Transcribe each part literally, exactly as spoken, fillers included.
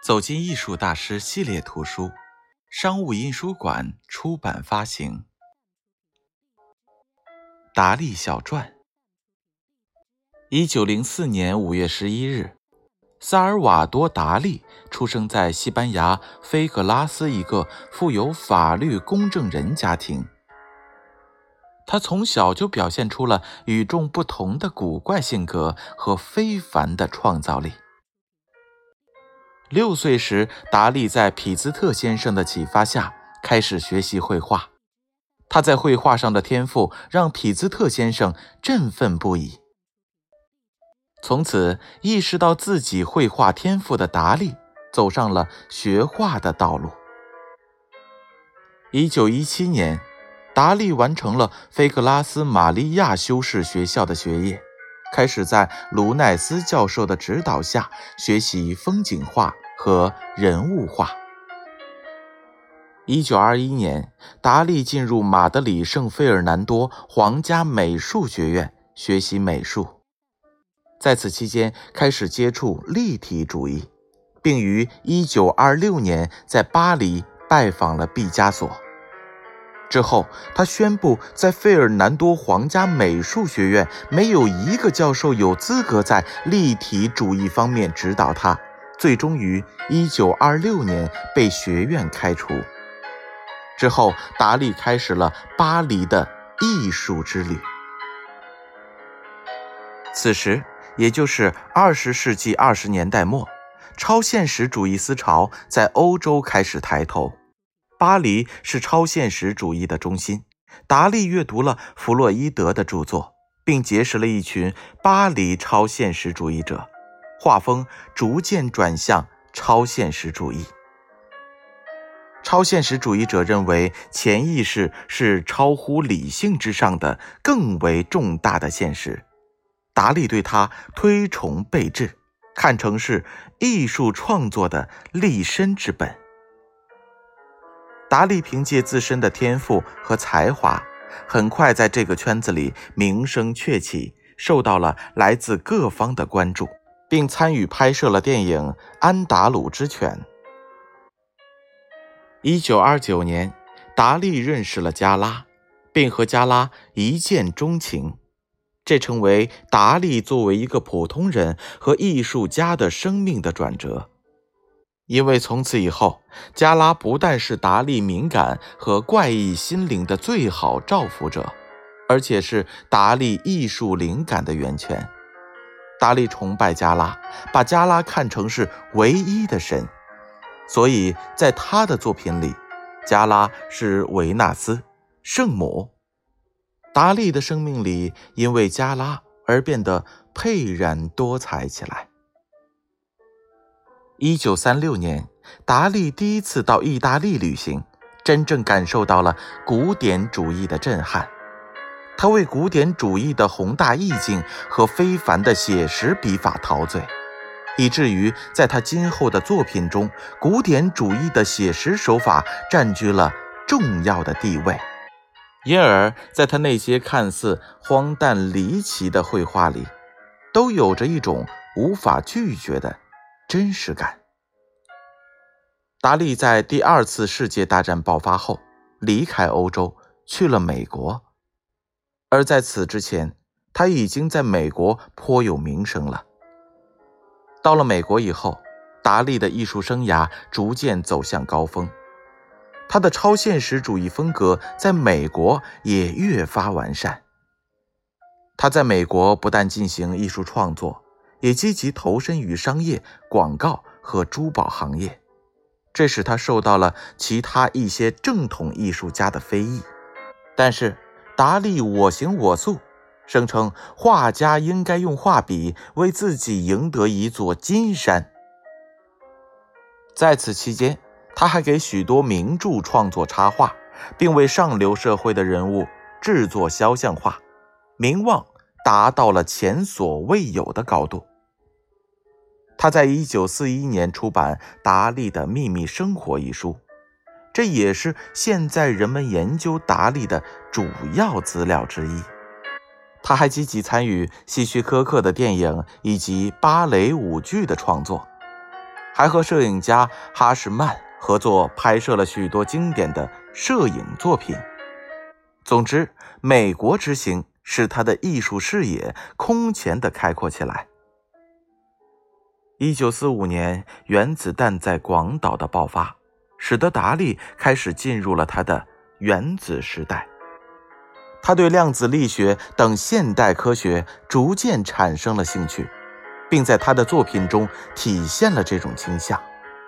走进艺术大师系列图书，商务印书馆出版发行。达利小传。一九零四年五月十一日，萨尔瓦多·达利出生在西班牙菲格拉斯一个富有法律公证人家庭。他从小就表现出了与众不同的古怪性格和非凡的创造力。六岁时，达利在匹兹特先生的启发下开始学习绘画。他在绘画上的天赋让匹兹特先生振奋不已。从此，意识到自己绘画天赋的达利走上了学画的道路。一九一七年，达利完成了菲格拉斯玛利亚修士学校的学业，开始在卢奈斯教授的指导下学习风景画和人物画。一九二一年，达利进入马德里圣费尔南多皇家美术学院学习美术，在此期间开始接触立体主义，并于一九二六年在巴黎拜访了毕加索。之后，他宣布在费尔南多皇家美术学院没有一个教授有资格在立体主义方面指导他，最终于一九二六年被学院开除。之后，达利开始了巴黎的艺术之旅。此时，也就是二十世纪二十年代末，超现实主义思潮在欧洲开始抬头。巴黎是超现实主义的中心，达利阅读了弗洛伊德的著作，并结识了一群巴黎超现实主义者，画风逐渐转向超现实主义。超现实主义者认为潜意识是超乎理性之上的更为重大的现实，达利对他推崇备至，看成是艺术创作的立身之本。达利凭借自身的天赋和才华，很快在这个圈子里名声鹊起，受到了来自各方的关注，并参与拍摄了电影《安达鲁之犬》。一九二九年，达利认识了加拉，并和加拉一见钟情，这成为达利作为一个普通人和艺术家的生命的转折。因为从此以后，加拉不但是达利敏感和怪异心灵的最好照拂者，而且是达利艺术灵感的源泉。达利崇拜加拉，把加拉看成是唯一的神，所以在他的作品里，加拉是维纳斯、圣母。达利的生命里因为加拉而变得沛然多彩起来。一九三六年，达利第一次到意大利旅行，真正感受到了古典主义的震撼。他为古典主义的宏大意境和非凡的写实笔法陶醉，以至于在他今后的作品中，古典主义的写实手法占据了重要的地位。因而在他那些看似荒诞离奇的绘画里，都有着一种无法拒绝的真实感。达利在第二次世界大战爆发后离开欧洲，去了美国。而在此之前，他已经在美国颇有名声了。到了美国以后，达利的艺术生涯逐渐走向高峰，他的超现实主义风格在美国也越发完善。他在美国不但进行艺术创作，也积极投身于商业、广告和珠宝行业，这使他受到了其他一些正统艺术家的非议。但是达利我行我素，声称画家应该用画笔为自己赢得一座金山。在此期间，他还给许多名著创作插画，并为上流社会的人物制作肖像画，名望达到了前所未有的高度。他在一九四一年出版《达利的秘密生活》一书，这也是现在人们研究达利的主要资料之一。他还积极参与希区柯克的电影以及芭蕾舞剧的创作， 还和摄影家哈什曼合作拍摄了许多经典的摄影作品。总之，美国之行使他的艺术视野空前地开阔起来。一九四五年，原子弹在广岛的爆发，使得达利开始进入了他的原子时代。他对量子力学等现代科学逐渐产生了兴趣，并在他的作品中体现了这种倾向。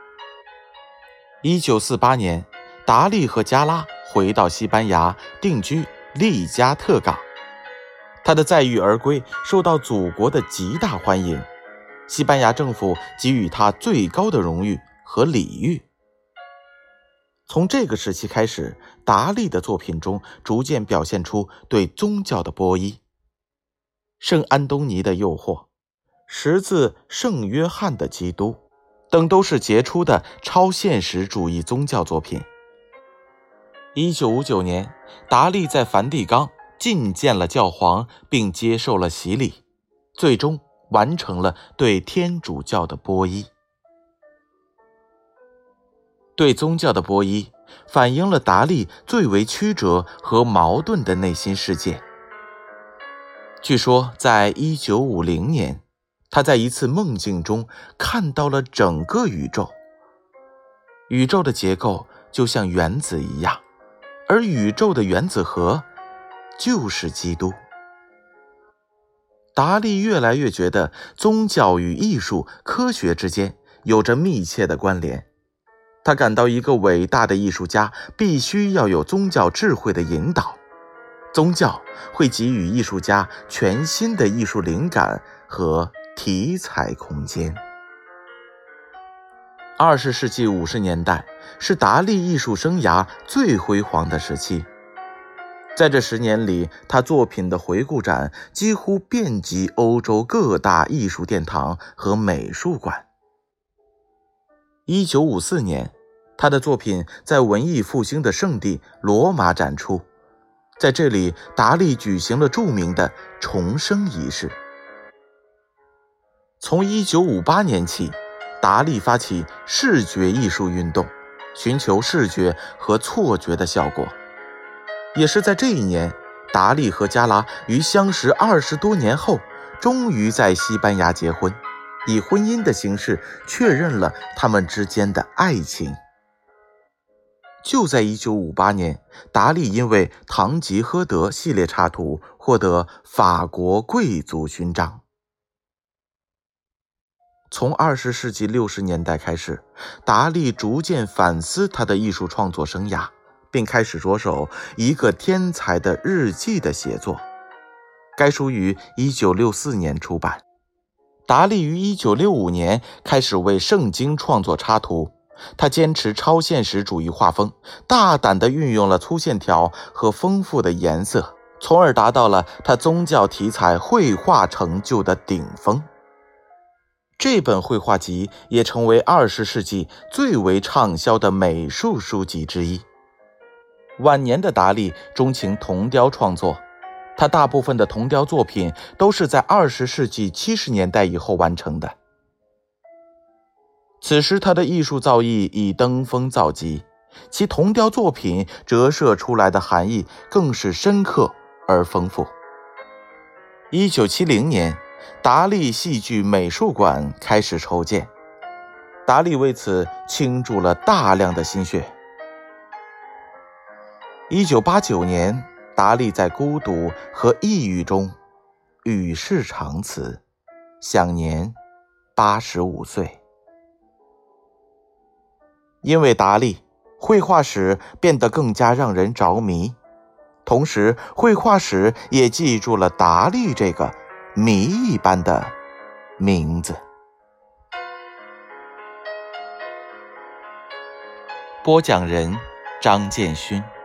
一九四八年，达利和加拉回到西班牙定居利加特港。他的载誉而归受到祖国的极大欢迎，西班牙政府给予他最高的荣誉和礼遇。从这个时期开始，达利的作品中逐渐表现出对宗教的波依。圣安东尼的诱惑、十字圣约翰的基督等都是杰出的超现实主义宗教作品。一九五九年，达利在梵蒂冈觐见了教皇，并接受了洗礼，最终完成了对天主教的波依。对宗教的波依反映了达利最为曲折和矛盾的内心世界。据说在一九五零年，他在一次梦境中看到了整个宇宙。宇宙的结构就像原子一样，而宇宙的原子核就是基督。达利越来越觉得宗教与艺术、科学之间有着密切的关联。他感到一个伟大的艺术家必须要有宗教智慧的引导，宗教会给予艺术家全新的艺术灵感和题材空间。二十世纪五十年代是达利艺术生涯最辉煌的时期，在这十年里，他作品的回顾展几乎遍及欧洲各大艺术殿堂和美术馆。一九五四年，他的作品在文艺复兴的圣地罗马展出，在这里达利举行了著名的重生仪式。从一九五八年起，达利发起视觉艺术运动，寻求视觉和错觉的效果。也是在这一年，达利和加拉于相识二十多年后，终于在西班牙结婚，以婚姻的形式确认了他们之间的爱情。就在一九五八年，达利因为《堂吉诃德》系列插图获得法国贵族勋章。从二十世纪六十年代开始，达利逐渐反思他的艺术创作生涯，并开始着手一个天才的日记的写作。该书于一九六四年出版。达利于一九六五年开始为圣经创作插图，他坚持超现实主义画风，大胆地运用了粗线条和丰富的颜色，从而达到了他宗教题材绘画成就的顶峰。这本绘画集也成为二十世纪最为畅销的美术书籍之一。晚年的达利钟情铜雕创作，他大部分的铜雕作品都是在二十世纪七十年代以后完成的。此时他的艺术造诣已登峰造极，其铜雕作品折射出来的含义更是深刻而丰富。一九七零年，达利戏剧美术馆开始筹建，达利为此倾注了大量的心血。一九八九年，达利在孤独和抑郁中与世长辞，享年八十五岁。因为达利，绘画史变得更加让人着迷，同时绘画史也记住了达利这个谜一般的名字。播讲人张建勋。